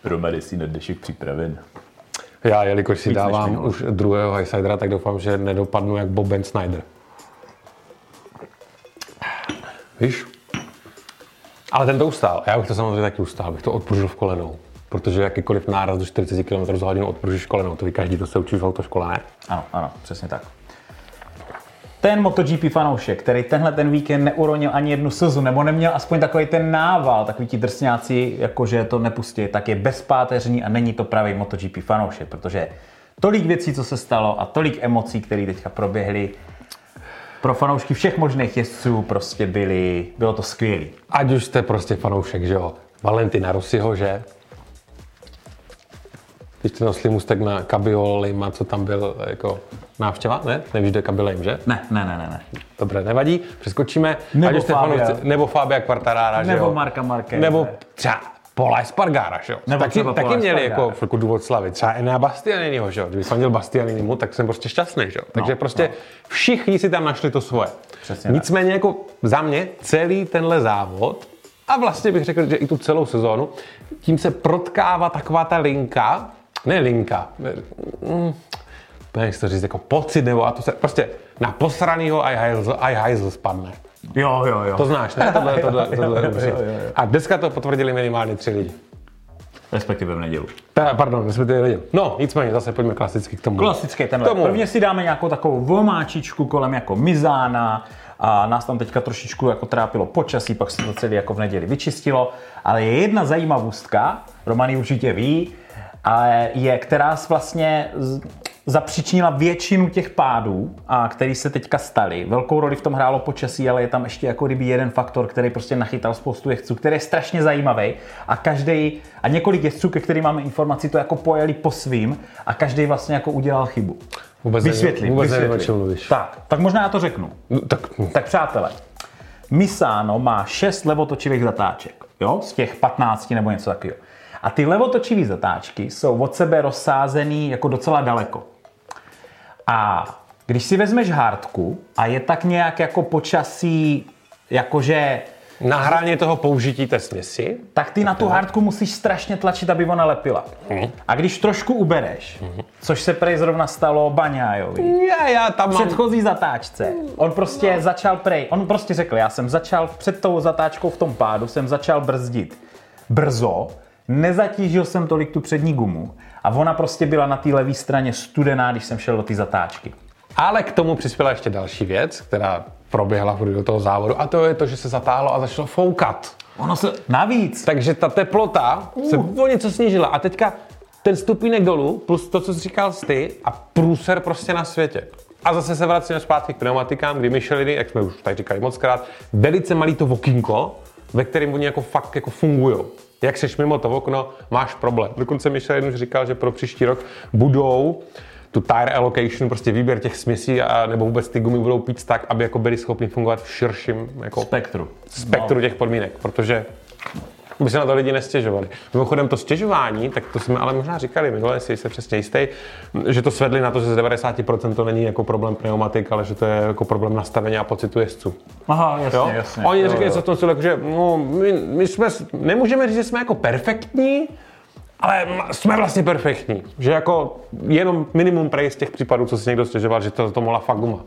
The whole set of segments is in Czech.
Roman si na dnešek připraven. Já, jelikož si dávám už druhého Highsidera, tak doufám, že nedopadnu jak Bob Ben Snyder. Víš? Ale ten to ustál. Já bych to samozřejmě taky ustál, bych to odpružil v kolenou. Protože jakýkoliv náraz do 40 km za hodinu odpružíš kolenou. To ví každý, to se učí v autoškole, ne? Ano, přesně tak. Ten MotoGP fanoušek, který tenhle ten víkend neuronil ani jednu slzu, nebo neměl aspoň takový ten nával, takový ti drsňáci, jakože to nepustí, tak je bezpáteřní a není to pravý MotoGP fanoušek, protože tolik věcí, co se stalo a tolik emocí, které teďka proběhly, pro fanoušky všech možných jezdců prostě bylo to skvělý. Ať už jste prostě fanoušek, že jo, Valentina Rossiho, že? Když jste nosili mustek na Cabiolejma, co tam byl jako návštěva, ne? Nevíš, kde Cabiolejm, že? Ne. Dobré, nevadí, přeskočíme. Nebo Fabia Quartarara, že jo? Nebo Marca Marquez. Nebo třeba Paula Espargara, že jo? Taky měli jako důvod slavit. Třeba Enea Bastianiniho, že jo? Kdybych fandil Bastianinimu, tak jsem prostě šťastný, že jo? Takže všichni si tam našli to svoje. Přesně Nicméně jako za mě celý tenhle závod a vlastně bych řekl, že i tu celou sezónu, tím se protkává taková ta linka, jak to říct, jako pocit, nebo a to se prostě na posranýho aj hajzl spadne. Jo. To znáš, ne? Tohle jo. A dneska to potvrdili minimálně 3 lidi. Respektive v neděli. Respektive v neděli. No, nicméně zase pojďme klasicky k tomu. Klasicky tenhle. Prvně si dáme nějakou takovou vomáčičku kolem jako Mizána a nás tam teďka trošičku jako trápilo počasí, pak se to celé jako v neděli vyčistilo. Ale je jedna zajímavostka, Roman určitě ví, ale která vlastně zapříčinila většinu těch pádů, a který se teďka staly. Velkou roli v tom hrálo počasí, ale je tam ještě jako kdyby jeden faktor, který prostě nachytal spoustu jezdců, který je strašně zajímavý a několik jezdců, ke kterým máme informaci, to jako pojeli po svým a každý vlastně jako udělal chybu. Vysvětlím. Tak možná já to řeknu. Tak přátelé, Misano má 6 levotočivých zatáček, jo? Z těch 15 nebo něco takového. A ty levotočivé zatáčky jsou od sebe rozsázený jako docela daleko. A když si vezmeš hardku a je tak nějak jako počasí, jakože na hraně toho použití té směsi, tak ty na tu hardku musíš strašně tlačit, aby ona lepila. A když trošku ubereš, což se prej zrovna stalo Bagnaiovi, předchozí zatáčce, on prostě řekl, já jsem začal před tou zatáčkou v tom pádu, jsem začal brzdit brzo, nezatížil jsem tolik tu přední gumu a ona prostě byla na té levé straně studená, když jsem šel do té zatáčky. Ale k tomu přispěla ještě další věc, která proběhla do toho závodu, a to je to, že se zatáhlo a začalo foukat. Ono se navíc. Takže ta teplota se o něco snížila a teďka ten stupínek dolů plus to, co jsi říkal ty a průser prostě na světě. A zase se vracíme zpátky k pneumatikám, kdy Micheliny, jak jsme už tady říkali mockrát, velice malý to okýnko, ve kterém oni jako fakt jako fungujou. Jak seš mimo to okno, máš problém. Dokonce Michelin už říkal, že pro příští rok budou tu tire allocation, prostě výběr těch směsí a nebo vůbec ty gumy budou pít tak, aby jako byli schopni fungovat v širším jako spektru těch podmínek, protože by se na to lidi nestěžovali. Mimochodem to stěžování, tak to jsme ale možná říkali minule, si se přesně jistý, že to svedli na to, že z 90% to není jako problém pneumatik, ale že to je jako problém nastavení a pocitu jezdců. Aha, jasně. Oni říkají něco v tom stylu, že my jsme, nemůžeme říct, že jsme jako perfektní, ale jsme vlastně perfektní. Že jako jenom minimum prej z těch případů, co si někdo stěžoval, že to mohla fakt guma.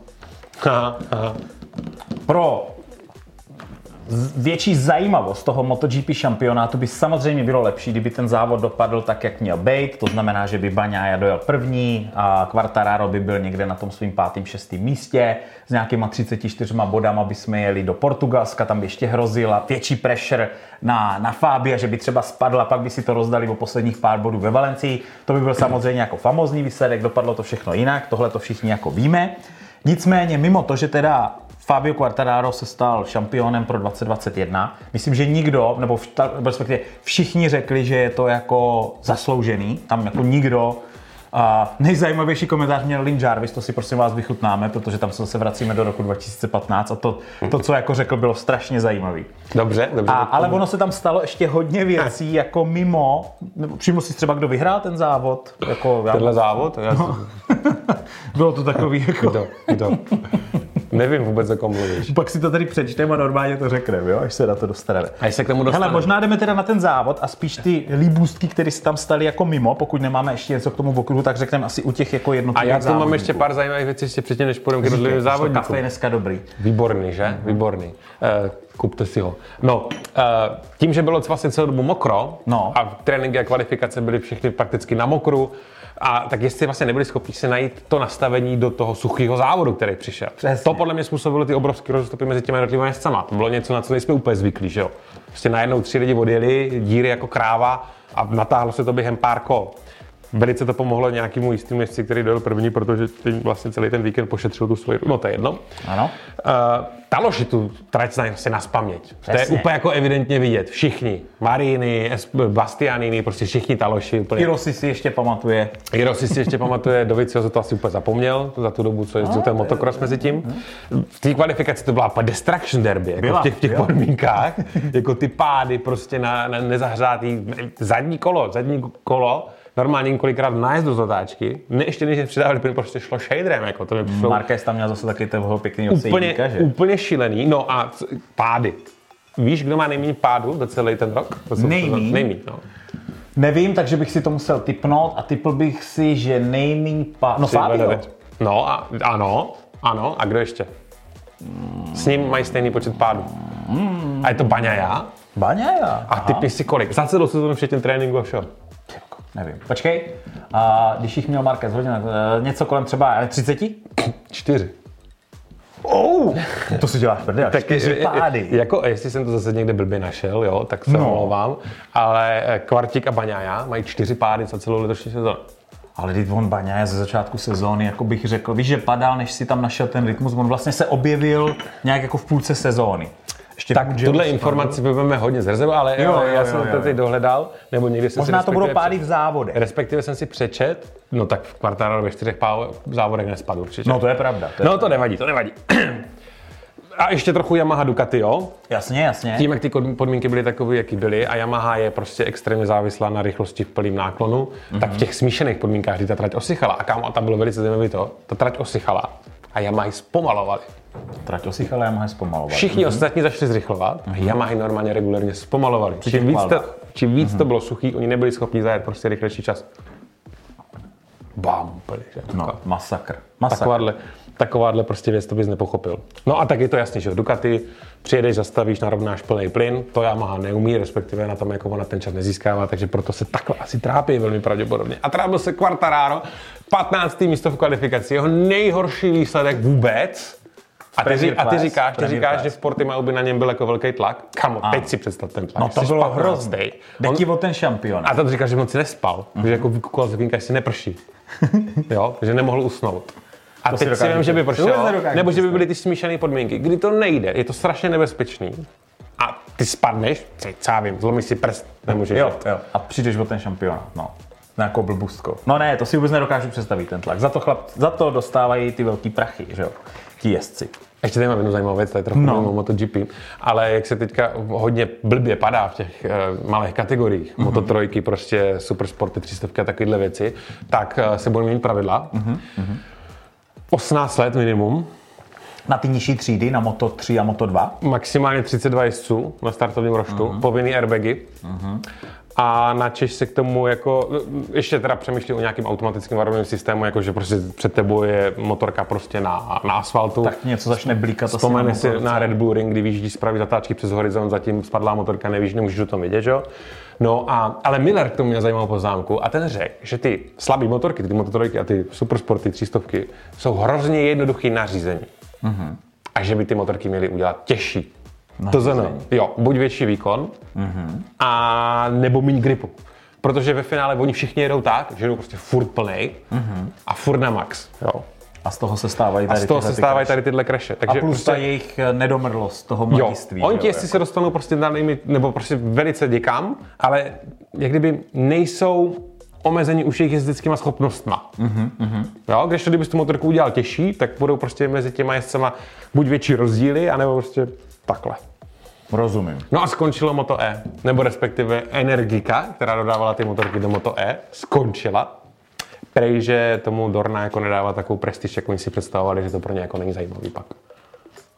Pro větší zajímavost toho MotoGP šampionátu by samozřejmě bylo lepší, kdyby ten závod dopadl tak, jak měl být. To znamená, že by Bagnaia dojel první a Quartararo by byl někde na tom svým 5., 6. místě. S nějakýma 34 bodama by jsme jeli do Portugalska, tam by ještě hrozila větší pressure na Fabia, že by třeba spadla, pak by si to rozdali o posledních pár bodů ve Valencii. To by byl samozřejmě jako famózní výsledek, dopadlo to všechno jinak, tohle to všichni jako víme. Nicméně mimo to, že teda Fabio Quartararo se stal šampionem pro 2021. Myslím, že nikdo, nebo respektive všichni řekli, že je to jako zasloužený. Tam jako nikdo. Nejzajímavější komentář měl Lin Jarvis, to si prosím vás vychutnáme, protože tam se vracíme do roku 2015 a to co jako řekl, bylo strašně zajímavý. Dobře. Ale ono se tam stalo ještě hodně věcí jako mimo. Všiml si třeba, kdo vyhrál ten závod? Tenhle závod? Bylo to takový jako... Kdo? Nevím vůbec, o kom mluvíš. Pak si to tady přečteme a normálně to řekneme, jo, až se na to dostaneme. Až se k tomu dostaneme. Hele, možná jdeme teda na ten závod a spíš ty líbůstky, které se tam staly jako mimo, pokud nemáme ještě něco k tomu v okruhu, tak řekneme asi u těch jako jednotlivých A já tu závodníků. mám ještě pár zajímavých věcí, ještě předtím, než půjdeme k jednotlivým závodníkům. Kafe je dneska dobrý. Výborný, že? Výborný. Kupte si ho. No, tím, že bylo vlastně celou dobu mokro a tréninky a kvalifikace byly všechny prakticky na mokru, a tak jestli vlastně nebyli schopni si najít to nastavení do toho suchého závodu, který přišel. Přesně. To podle mě způsobilo ty obrovské rozstupy mezi těmi jednotlivými jezdcama. To bylo něco, na co nejsme úplně zvyklí, že jo. Prostě najednou 3 lidi odjeli, díry jako kráva a natáhlo se to během pár kol. Velice to pomohlo nějakému jistému jezdci, který dojel první, protože vlastně celý ten víkend pošetřil tu svoji... No to je jedno. Ano. Taloši tu trať si naspaměť. To je úplně jako evidentně vidět. Všichni. Marini, Bastianini, prostě všichni Taloši. Úplně. I Rossi si ještě pamatuje. Dovizioso to asi úplně zapomněl za tu dobu, co jezdil ten motocross mezi tím. V té kvalifikaci to byla destruction derby, jako v těch podmínkách. Jako ty pády prostě na nezahřátý zadní kolo. Normálně několikrát nájezd do zatáčky, ještě než přidávali plyn, prostě šlo shaderem, jako to mi přišlo. Marquez tam měl zase taky toho pěkného sejníka, že? Úplně šílený, no a pády. Víš, kdo má nejméně pádu za celý ten rok? Nejméně, no. Nevím, takže bych si to musel tipnout a tipl bych si, že nejméně pádu. No Fabio. No a ano, a kdo ještě? S ním mají stejný počet pádů. A je to Bagnaia. A typni si kolik? Za celou sezónu včetně tréninku a všeho. Nevím. Počkej, a když jich měl Marquez hodně, něco kolem třeba 30? 4. To si děláš prdě, 4 pády. Jako, jestli jsem to zase někde blbě našel, jo, tak se omlouvám, ale Quartik a Bagnaia mají 4 pády za celou letošní sezónu. Ale když on Bagnaia ze začátku sezóny, jako bych řekl, víš, že padal, než si tam našel ten rytmus, on vlastně se objevil nějak jako v půlce sezóny. Ještě tak tuhle informaci budeme hodně z rezervu, ale já jsem to teď dohledal, nebo někdy jsem možná to budou pády v závodech. Respektive jsem si přečet, no tak v Quartararo ve 4 závodech nespadl určitě. No to je pravda. To nevadí. A ještě trochu Yamaha Ducati, jo? Jasně. Tím, jak ty podmínky byly takové, jaký byly, a Yamaha je prostě extrémně závislá na rychlosti v plném náklonu, tak v těch smíšených podmínkách, kdy ta trať osychala, a kámo, tam bylo velice zajímavé ta trať osychala a Yamaha zpomalovali. Trať osychala, Yamaha zpomalovali. Všichni ostatní začali zrychlovat, a Yamaha normálně regulérně zpomalovali. Čím víc to bylo suchý, oni nebyli schopni zajet prostě rychlejší čas. Bám, úplně, že? No, masakr. Takováhle prostě věc, to bys nepochopil. No a tak je to jasný, že v Ducati přijedeš, zastavíš, narovnáš plný plyn, to Yamaha neumí, respektive na tom, jako ona ten čas nezískává, takže proto se takhle asi trápí velmi pravděpodobně. A trápil se Quartararo, 15. místo v kvalifikaci, jeho nejhorší výsledek vůbec. A ty říkáš, že v Portimao by na něm byl jako velký tlak. Kamo, teď si představ ten tlak. No to bylo hrozný. Jde ti o ten šampion. A tam říkáš, že moc si nespal, že jako vykukal z okýnka, že si neprší. Jo, že nemohl usnout. A to teď si vím, že by pršelo, nebo že by byly ty smíšené podmínky, kdy to nejde, je to strašně nebezpečný. A ty spadneš, co já vím, zlomíš si prst, nemůžeš jo. A přijdeš o ten šampionát, no. Nějakou blbůstkou. No ne, to si vůbec nedokážu představit ten tlak. Za to dostávají ty velký prachy, že jo, ti jezdci. Ještě tady mám jednu zajímavou věc, tady trochu mimo MotoGP, ale jak se teďka hodně blbě padá v těch malých kategoriích, Moto3, prostě supersporty, 300 a takovéhle věci, tak se budou měnit pravidla. 18 let minimum. Na ty nižší třídy, na Moto 3 a Moto 2? Maximálně 32 jezdců na startovním roštu, povinný airbagy. A na Češ se k tomu jako, ještě teda přemýšlím o nějakým automatickým varovným systému, jako že prostě před tebou je motorka prostě na asfaltu. Tak něco začne blíkat. Vzpomeň si na Red Bull Ring, kdy vyjíždíš z pravý zatáčky přes horizont, zatím spadlá motorka, nevíš, nemůžeš o tom vidět, že jo? No ale Miller k tomu měl zajímavou poznámku a ten řekl, že ty slabé motorky, ty Moto3 a ty supersporty, 300 jsou hrozně jednoduchý nařízení. A že by ty motorky měly udělat těžší. To znamená, jo, buď větší výkon, a nebo méně gripu. Protože ve finále oni všichni jedou tak, že jdou prostě furt plnej a furt na max. Jo. A z toho se stávají tady tyhle crashe. Takže a plus prostě, ta jejich nedomrlost toho mladiství. Oni ti jestli se dostanou prostě danými, nebo prostě velice někam, ale jak kdyby nejsou omezení už jejich jezdeckýma schopnostma. Jo, když to kdybys tu motorku udělal těžší, tak budou prostě mezi těma jezdcema buď větší rozdíly, anebo prostě takhle. Rozumím. No a skončilo Moto E, nebo respektive Energica, která dodávala ty motorky do Moto E, skončila. Prej, že tomu Dorna jako nedává takovou prestiž, jak oni si představovali, že to pro ně jako není zajímavý pak.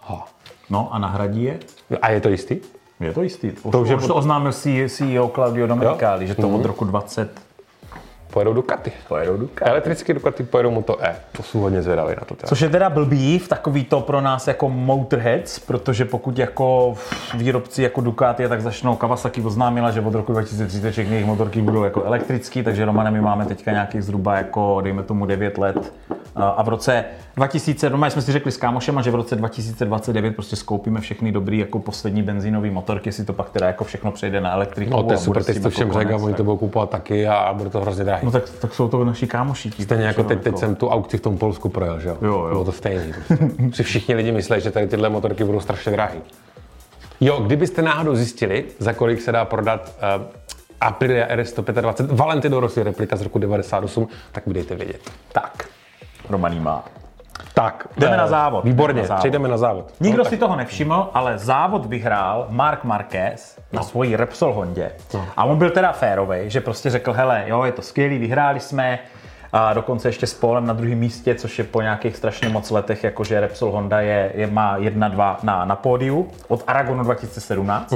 No a nahradí je? A je to jistý? Je to jistý. Už to oznámil CEO Claudio Domenicali, že to od roku 20 pojedou Ducati. Elektrický Ducati pojedou Moto E. To jsou hodně zvědavý na to. Teda. Což je teda blbý, v takový to pro nás jako motorheads, protože pokud jako výrobci jako Ducati tak začnou, Kawasaki oznámila, že od roku 2030 všechny jejich motorky budou jako elektrický, takže Romane, my máme teďka nějakých zhruba jako, dejme tomu 9 let a v roce 2000, jsme si řekli s kámošema, že v roce 2029 prostě skoupíme všechny dobrý jako poslední benzínový motorky, jestli to pak teda jako všechno přejde na elektriku. No to je super, teď to všem řekl, oni to budou kupovat taky a bude to hrozně drahý. No tak jsou to naši kámoši. Stejně jako teď jsem tu aukci v tom Polsku projel, že jo? Bylo to stejný. Si všichni lidi myslí, že tady tyhle motorky budou strašně drahý. Jo, kdybyste náhodou zjistili, za kolik se dá prodat Aprilia RS125 Valentino Rossi replika z roku 98, tak budete vědět. Tak, Romaný má. Tak, jdeme na závod. Výborně, přejdeme na závod. Nikdo si toho nevšiml, ale závod vyhrál Marc Marquez na svojí Repsol Hondě. A on byl teda férovej, že prostě řekl, hele, jo, je to skvělý, vyhráli jsme, a dokonce ještě s Polem na druhém místě, což je po nějakých strašně moc letech, jakože Repsol Honda má 1-2 na pódiu od Aragonu 2017.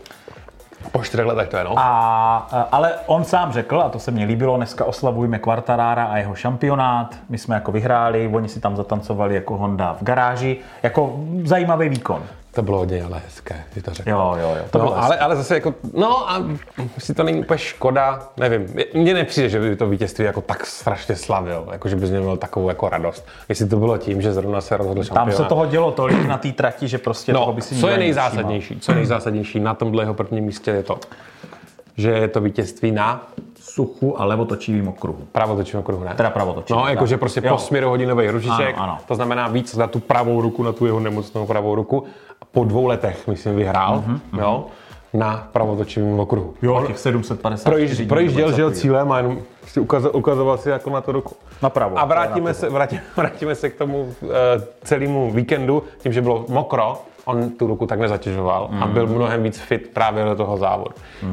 Po 4 letech to je, no. Ale on sám řekl, a to se mně líbilo, dneska oslavujeme Quartarara a jeho šampionát, my jsme jako vyhráli, oni si tam zatancovali jako Honda v garáži, jako zajímavý výkon. To bylo hodně ale hezké, si to řekl. Jo, to bylo ale zase jako, no a si to není úplně škoda, nevím, mně nepřijde, že by to vítězství jako tak strašně slavil, jako že by z něj měl takovou jako radost. Jestli to bylo tím, že zrovna se rozhodl šampionát. Tam se toho dělo tolik na té trati, že prostě toho by si co je nejzásadnější na tomhle jeho prvním místě je to, že je to vítězství na suchu a levotočivým okruhu. Pravotočivým okruhu, ne? Teda pravotočivým. No, jakože prostě po směru hodinový ručiček, ano. To znamená víc na tu pravou ruku, na tu jeho nemocnou pravou ruku. A po 2 letech, myslím, vyhrál, jo, na pravotočivým okruhu. Jo, těch 750. Projížděl, žel cílem a jenom si ukazoval si jako na tu ruku. Napravo. A vrátíme se k tomu celému víkendu, tím, že bylo mokro, on tu ruku tak nezatěžoval a byl mnohem víc fit právě do toho závodu.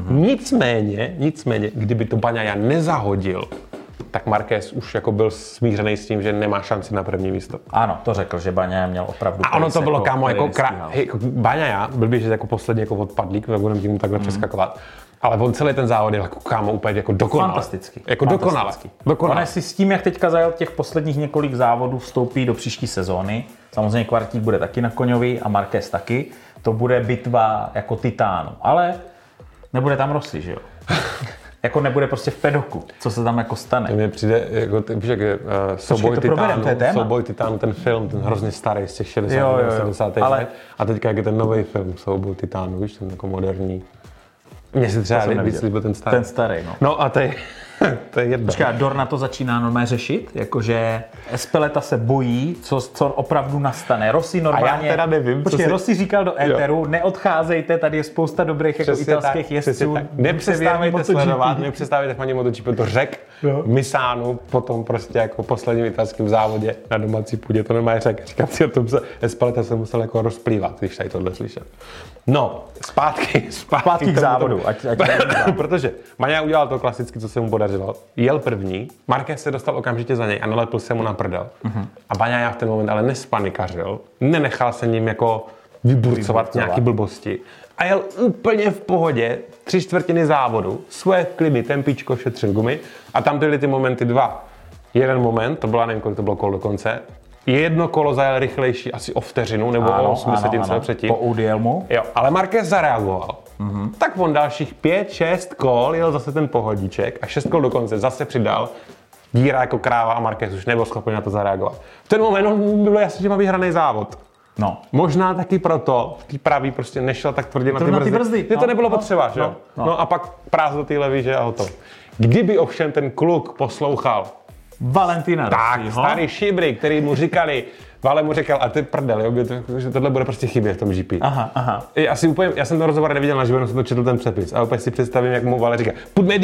Nicméně, kdyby to Bagnaia nezahodil, tak Marquez už jako byl smířený s tím, že nemá šanci na první místo. Ano, to řekl, že Bagnaia měl opravdu. A ono to bylo, kámo, jako Bagnaia byl běžet jako poslední jako odpadlík, nebudeme tím takhle přeskakovat. Ale on celý ten závod je jako, kámo, úplně jako dokonalý. Fantastický. Jako dokonalý. On si s tím, jak teďka zajel těch posledních několik závodů, vstoupí do příští sezóny. Samozřejmě Quartík bude taky na koňovi a Marquez taky. To bude bitva jako titánu. Ale nebude tam Rossi, že jo? Jako nebude prostě v pedoku, co se tam jako stane. Mně přijde, jako víš, jak je Souboj titánů, ten film, ten hrozně starý z těch 60. 70. let. A teďka jak je ten nový film, Souboj titánů, víš, ten jako moderní. Mně se třeba víc líbil ten starý. Ten starý, no. No a to je jedno. Počkej, Dorna to začíná normálně řešit, jakože Espeleta se bojí, co opravdu nastane. Rossi normálně... A já teda nevím, Počkej, Rossi říkal do éteru, neodcházejte, tady je spousta dobrých jako italských jezdců. Nepřestávejte fandit MotoGP, to řek Missánu, potom prostě jako posledním italským závodě na domácí půdě, to normálně říkám si o tom, že Espeleta se musel jako rozplývat, když tady tohle slyšel. No, zpátky k závodu. Protože Bagnaia udělal to klasicky, co se mu podařilo. Jel první, Marquez se dostal okamžitě za něj a nalepil se mu na prdel. A Bagnaia v ten moment ale nespanikařil, nenechal se ním jako vyburcovat nějaký blbosti. A jel úplně v pohodě 3/4 závodu, svoje kliby, tempičko, šetřil gumy a tam byly ty momenty 2. Jeden moment, to byla, nevím, kolik to bylo kolo do konce, jedno kolo zajel rychlejší asi o vteřinu nebo o 80 předtím. Po Udielmu. Jo, ale Marquez zareagoval. Tak on dalších 5-6 kol jel zase ten pohodíček a 6 kol do konce zase přidal. Díra jako kráva a Marquez už nebyl schopný na to zareagovat. V ten moment bylo jasný, že má vyhraný závod. No. Možná taky proto v té pravý prostě nešel tak tvrdě na ty brzdy. To nebylo potřeba, že jo? No a pak práz do té levý, že a hotovo. Kdyby ovšem ten kluk poslouchal Valentina tak, starý šibry, který mu říkali, Vale mu říkal, a ty prdel, jo, že tohle bude prostě chybět v tom GP. Aha. Já jsem to rozhovor neviděl na živo, jsem to četl ten přepis a úplně si představím, jak mu Vale říká,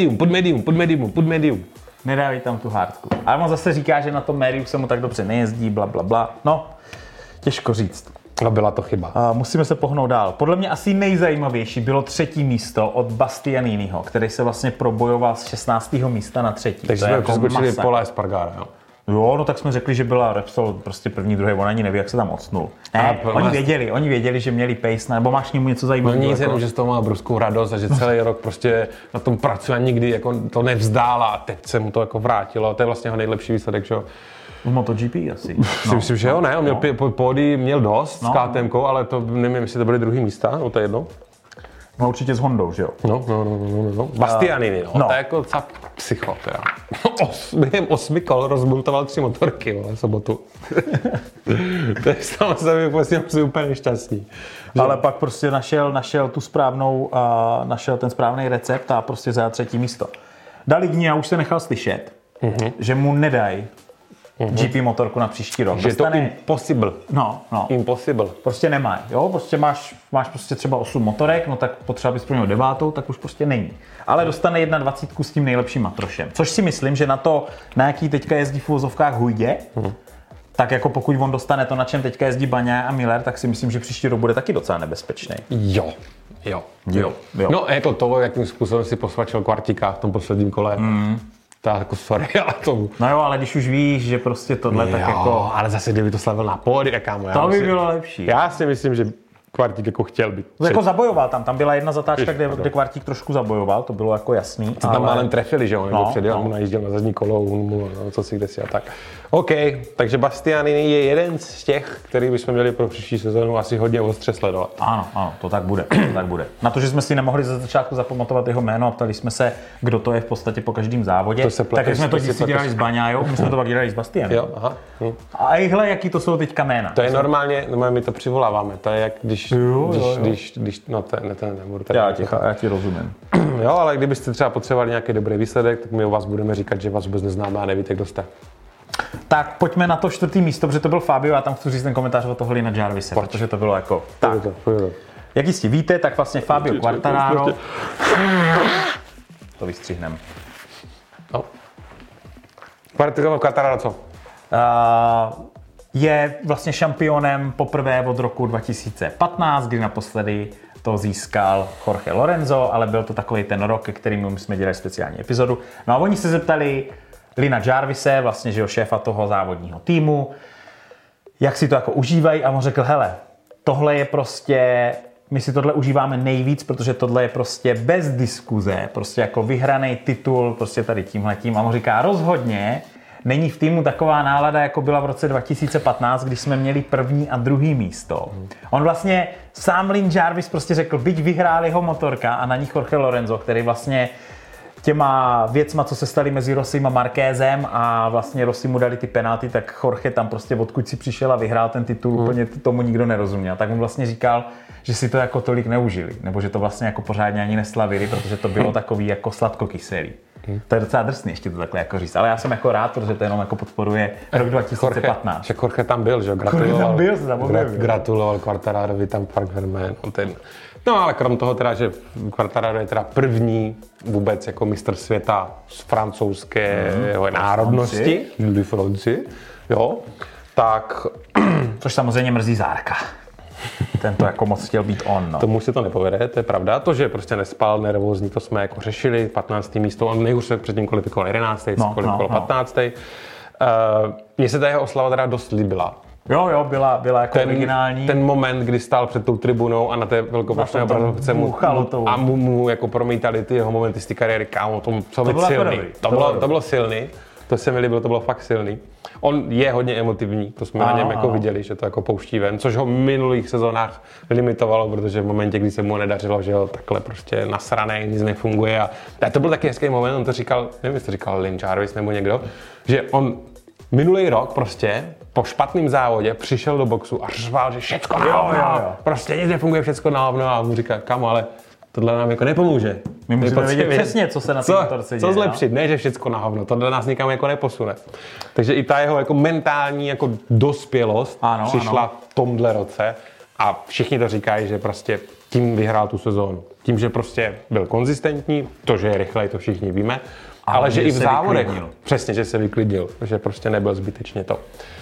put medium. Nedávej tam tu hardku. Ale on zase říká, že na tom médiu se mu tak dobře nejezdí, bla. No, těžko říct. No, byla to chyba. Musíme se pohnout dál. Podle mě asi nejzajímavější bylo 3. místo od Bastianiniho, který se vlastně probojoval z 16. místa na 3. Takže jsme přeskočili Pola Espargara, jo? Jo, no tak jsme řekli, že byla Repsol prostě první, druhý, on ani neví, jak se tam ocnul. Ne, oni věděli, že měli pace, nebo máš k němu něco zajímavého? No nic, jenom, že z toho má obrovskou radost a že celý rok prostě na tom pracuje a nikdy jako to nevzdál a teď se mu to jako vrátilo. To je vlastně jeho nejlepší výsledek, že jo. V MotoGP asi. Myslím, že jo, ne, on měl pódy, měl dost s KTMkou, ale to nevím, jestli to byly druhý místa, no to je jedno. No určitě s Hondou, že jo? No. Bastianini, no. To je jako docela psycho, teda. Během 8 kol rozmontoval 3 motorky, vole, sobotu. To je samozřejmě vlastně úplně nešťastný. Že? Ale pak prostě našel tu správnou, našel ten správný recept a prostě za 3. místo. Daligny, já už se nechal slyšet, že mu nedají GP motorku na příští rok. Že dostane... je to impossible. No. Impossible. Prostě nemá, jo, prostě máš prostě třeba 8 motorek, no tak potřeba bys pro něho 9, tak už prostě není. Ale dostane 21 s tím nejlepším matrošem. Což si myslím, že na jaký teďka jezdí v uvozovkách Hujdě, tak jako pokud on dostane to, na čem teďka jezdí Baňa a Miller, tak si myslím, že příští rok bude taky docela nebezpečný. Jo. No jako to, jakým způsobem si posvačil Quartika v tom posledním kole. Tak jako sorry, ale to... No jo, ale když už víš, že prostě tohle tak jako... ale zase kdyby to slavil na pódy, kámo. To by bylo lepší. Já si myslím, že Quartik jako chtěl být. Jako zabojoval tam byla jedna zatáčka, kde Quartik trošku zabojoval, to bylo jako jasný. Co tam málem trefili, že on jako předjel, mu najížděl na zadní kolo, co si kdesi a tak. OK, takže Bastianini je jeden z těch, který bychom měli pro příští sezónu asi hodně ostře sledovat. Ano, to tak bude. Na to, že jsme si nemohli ze začátku zapamatovat jeho jméno a ptali jsme se, kdo to je v podstatě po každém závodě. Tak jsme to si dělali s Baňájou, my jsme to pak dělali s Bastianem. Jo, aha. A ihle, jaký to jsou teďka jména? To je normálně, my to přivoláváme, to je jak když no to nebudu tady. Já ti rozumím. Jo, ale kdybyste třeba potřebovali nějaký dobrý výsledek, tak my o vás budeme říkat, že vás vůbec neznáme a nevíte, kdo jste. Tak pojďme na to 4. místo, protože to byl Fabio a tam chci říct ten komentář o toho Lina Jarvise, protože to bylo jako... Tak. Jak jistě víte, tak vlastně Fabio Quartararo... To vystřihneme. No. Quartararo co? Je vlastně šampionem poprvé od roku 2015, kdy naposledy to získal Jorge Lorenzo, ale byl to takový ten rok, ke kterému jsme dělali speciální epizodu. No a oni se zeptali Lina Jarvise, vlastně, že jo, šéfa toho závodního týmu, jak si to jako užívají a on řekl, hele, tohle je prostě, my si tohle užíváme nejvíc, protože tohle je prostě bez diskuze, prostě jako vyhraný titul, prostě tady tímhletím a on říká, rozhodně není v týmu taková nálada, jako byla v roce 2015, když jsme měli 1. a 2. místo. On vlastně, sám Lin Jarvis prostě řekl, byť vyhrál jeho motorka a na ní Jorge Lorenzo, který vlastně těma věcma, co se staly mezi Rossim a Marquezem a vlastně Rossi mu dali ty penalty, tak Jorge tam prostě odkud si přišel a vyhrál ten titul, úplně tomu nikdo nerozuměl. Tak mu vlastně říkal, že si to jako tolik neužili, nebo že to vlastně jako pořádně ani neslavili, protože to bylo takový jako sladkokyselý. To je docela drsný ještě to takhle jako říct, ale já jsem jako rád, protože to jenom jako podporuje rok 2015. Jorge tam byl, že gratuloval Quartararovi tam Park Vermen. No ale krom toho teda, že Quartararo je teda první vůbec jako mistr světa z francouzské národnosti, de France, jo, tak... Což samozřejmě mrzí Zárka. Ten to jako moc chtěl být on, no. Tomu se to nepovede, to je pravda. To, že prostě nespal, nervózní, to jsme jako řešili, 15. místo, on nejhůř se předtím kvalifikoval 11. kvalifikoval 15. Mně se ta jeho oslava teda dost líbila. Jo, byla jako originální. Ten moment, kdy stál před tou tribunou a na té velkoplošné obrazovce mu jako promítali ty jeho momenty z té kariéry, kámo, to bylo silný. To bylo silný. To se mi líbilo, to bylo fakt silný. On je hodně emotivní, to jsme na něm jako viděli, že to jako pouští ven, což ho v minulých sezónách limitovalo, protože v momentě, kdy se mu nedařilo, že jo, takhle prostě nasranej, nic nefunguje a to byl taky hezký moment, on to říkal, nevím, jestli to říkal Lin Jarvis nebo někdo, že on minulý rok prostě po špatném závodě přišel do boxu a řval, že všecko na hovno, prostě nic nefunguje, všecko na hovno a on mu říká, kamo, ale tohle nám jako nepomůže. My musíme vědět přesně, co se na té motorce děje. Co zlepšit, ne, že všecko na hovno, tohle nás nikam jako neposune. Takže i ta jeho jako mentální jako dospělost přišla v tomhle roce a všichni to říkají, že prostě tím vyhrál tu sezónu. Tím, že prostě byl konzistentní, to, že je rychlej, to všichni víme, ale že i v závodech, přesně, že se vyklidnil, že prostě nebyl zbytečně to.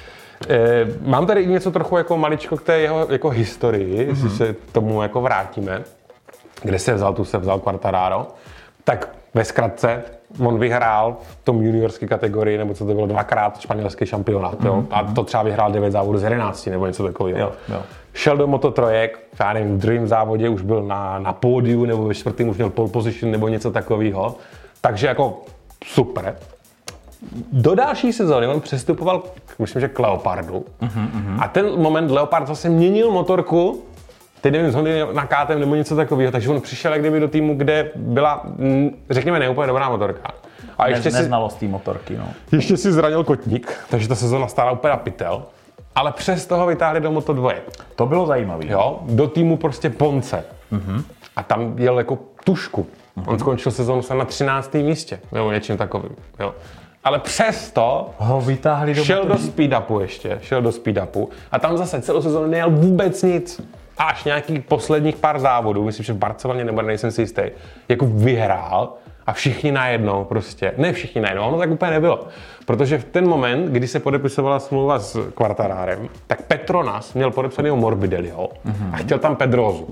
Mám tady něco trochu jako maličko k té jeho jako historii, jestli se tomu jako vrátíme. Kde se vzal Quartararo. Tak ve zkratce, on vyhrál v tom juniorské kategorii, nebo co to bylo, 2krát španělský šampionát. Jo? A to třeba vyhrál 9 závodů z 11, nebo něco takového. Jo. Šel do Moto3, já nevím, v druhém závodě už byl na pódiu, nebo ve čtvrtém už měl pole position, nebo něco takového. Takže jako super. Do další sezóny on přestupoval, myslím, že k Leopardu. A ten moment Leopard zase měnil motorku, teď nevím, zhody na KTM nebo něco takového, takže on přišel jak kdyby do týmu, kde byla, řekněme, neúplně dobrá motorka. A ještě neznalost té motorky, no. Ještě si zranil kotník, takže ta sezóna stála úplně na pytel, ale přes toho vytáhli do Moto2. To bylo zajímavé. Jo, do týmu prostě Ponce. A tam jel jako tušku. On skončil sezónu na 13. místě, nebo něčím takovým, jo. Ale přesto ho vytáhli šel do speed-upu ještě, a tam zase celou sezónu nejel vůbec nic. Až nějakých posledních pár závodů, myslím, že v Barceloně, nebo nejsem si jistý, jako vyhrál a všichni najednou prostě, ne všichni najednou, ono tak úplně nebylo. Protože v ten moment, kdy se podepisovala smlouva s Quartararem, tak Petronas měl podepsanýho Morbidelliho a chtěl tam Pedrosu.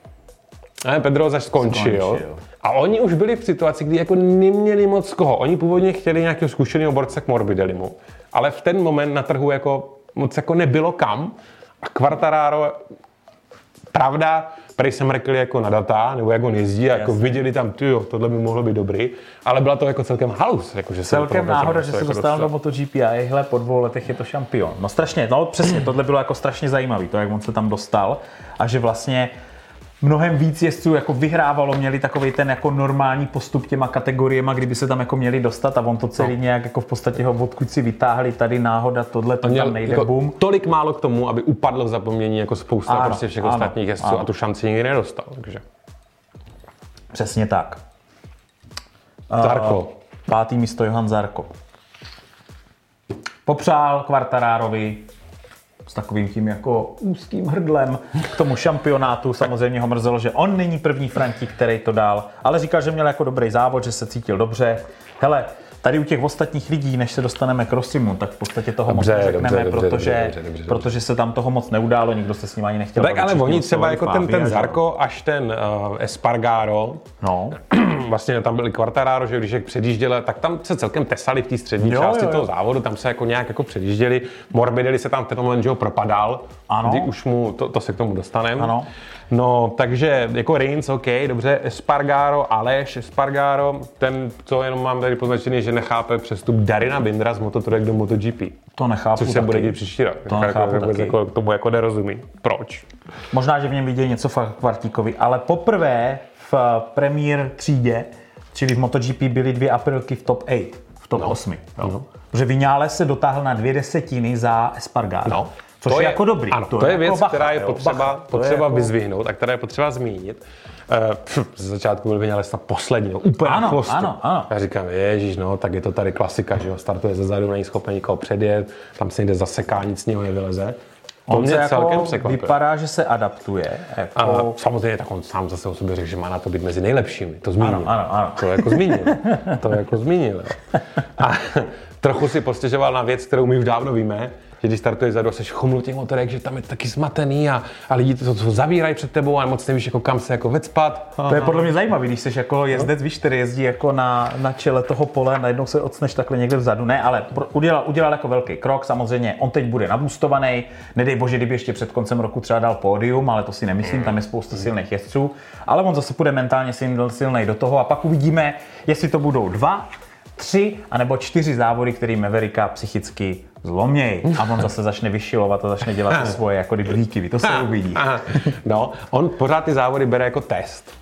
A Pedrosa skončil. A oni už byli v situaci, kdy jako neměli moc koho. Oni původně chtěli nějakého zkušeného borce k Morbidellimu, ale v ten moment na trhu jako moc jako nebylo kam. A Quartararo, pravda, prej jsem řekl jako na data, nebo jak on jezdí, a jako viděli tam, tyjo, tohle by mohlo být dobrý, ale byla to jako celkem halus. Jako, že celkem náhoda, že se dostal do MotoGP a jehle po 2 letech je to šampion. No strašně, no přesně, tohle bylo jako strašně zajímavý, to jak on se tam dostal a že vlastně mnohem víc jezdců jako vyhrávalo, měli takový ten jako normální postup těma kategoriema, kdyby se tam jako měli dostat a on to celý nějak jako v podstatě ho odkud si vytáhli, tady náhoda, tohle to tam nejde, jako boom. Tolik málo k tomu, aby upadl v zapomnění jako spousta prostě všech ostatních jezdců a tu šanci nikdy nedostal, takže. Přesně tak. Zarco. 5. místo Johan Zarco. Popřál Quartararovi s takovým tím jako úzkým hrdlem k tomu šampionátu. Samozřejmě ho mrzelo, že on není první Frantík, který to dal, ale říkal, že měl jako dobrý závod, že se cítil dobře. Hele, tady u těch ostatních lidí, než se dostaneme k Rossimu, tak v podstatě toho moc neřekneme, protože se tam toho moc neudálo, nikdo se s ním ani nechtěl. Tak ale oni třeba jako ten Zarco až ten Espargaro, vlastně tam byli Quartararo, že když je předjížděli, tak tam se celkem tesali v té střední části toho závodu, tam se jako nějak jako předjížděli. Morbidelli se tam v ten moment, že ho propadal, kdy už mu, to se k tomu dostaneme. No, takže jako Rins, OK, dobře, Aleš Espargaro, ten, co jenom mám tady poznačený, že nechápe přestup Darina Bindra z Moto3 do MotoGP. To nechápu. Což se bude dít příští rok. To nechápu taky. Jako, tomu jako nerozumí. Proč? Možná, že v něm vidějí něco Kvartíkovi, ale poprvé v Premier třídě, čili v MotoGP, byly 2 Aprilky v top 8, v top 8. Protože Viñales se dotáhl na 2/10 za Espargaro. Což je jako dobrý. Ano, to je věc, která je potřeba vyzvihnout a která je potřeba zmínit. Z začátku byl Viñales na poslední, úplně na chvostu. Ano. Já říkám, ježiš, no, tak je to tady klasika, že jo, startuje ze zadu, není schopen nikoho předjet, tam se jde zaseká, nic z něho nevyleze. On mě celkem překvapil. Vypadá, že se adaptuje. Jako. Samozřejmě, tak on sám zase o sobě řekl, že má na to být mezi nejlepšími. To zmínil. Ano. To jako zmínil. A trochu si postěžoval na věc, kterou my už dávno víme, že když startuješ zadu, seš chomlu těch motorek, že tam je taky zmatený a lidi to zavírají před tebou a moc nevíš, jako kam se jako vecpat. To je podle mě zajímavý, když jsi jako jezdec, víš, který jezdí jako na čele toho pole, najednou se odsneš takhle někde vzadu. Ne, ale udělal jako velký krok, samozřejmě on teď bude nabustovaný. Nedej bože, kdyby ještě před koncem roku třeba dal pódium, ale to si nemyslím, tam je spousta silných jezdců. Ale on zase půjde mentálně silnej do toho a pak uvidíme, jestli to budou 2, 3 anebo 4 závody, který Mavericka psychicky zloměj a on zase začne vyšilovat a začne dělat svoje jako výkyvy, to se uvidí. No, on pořád ty závody bere jako test.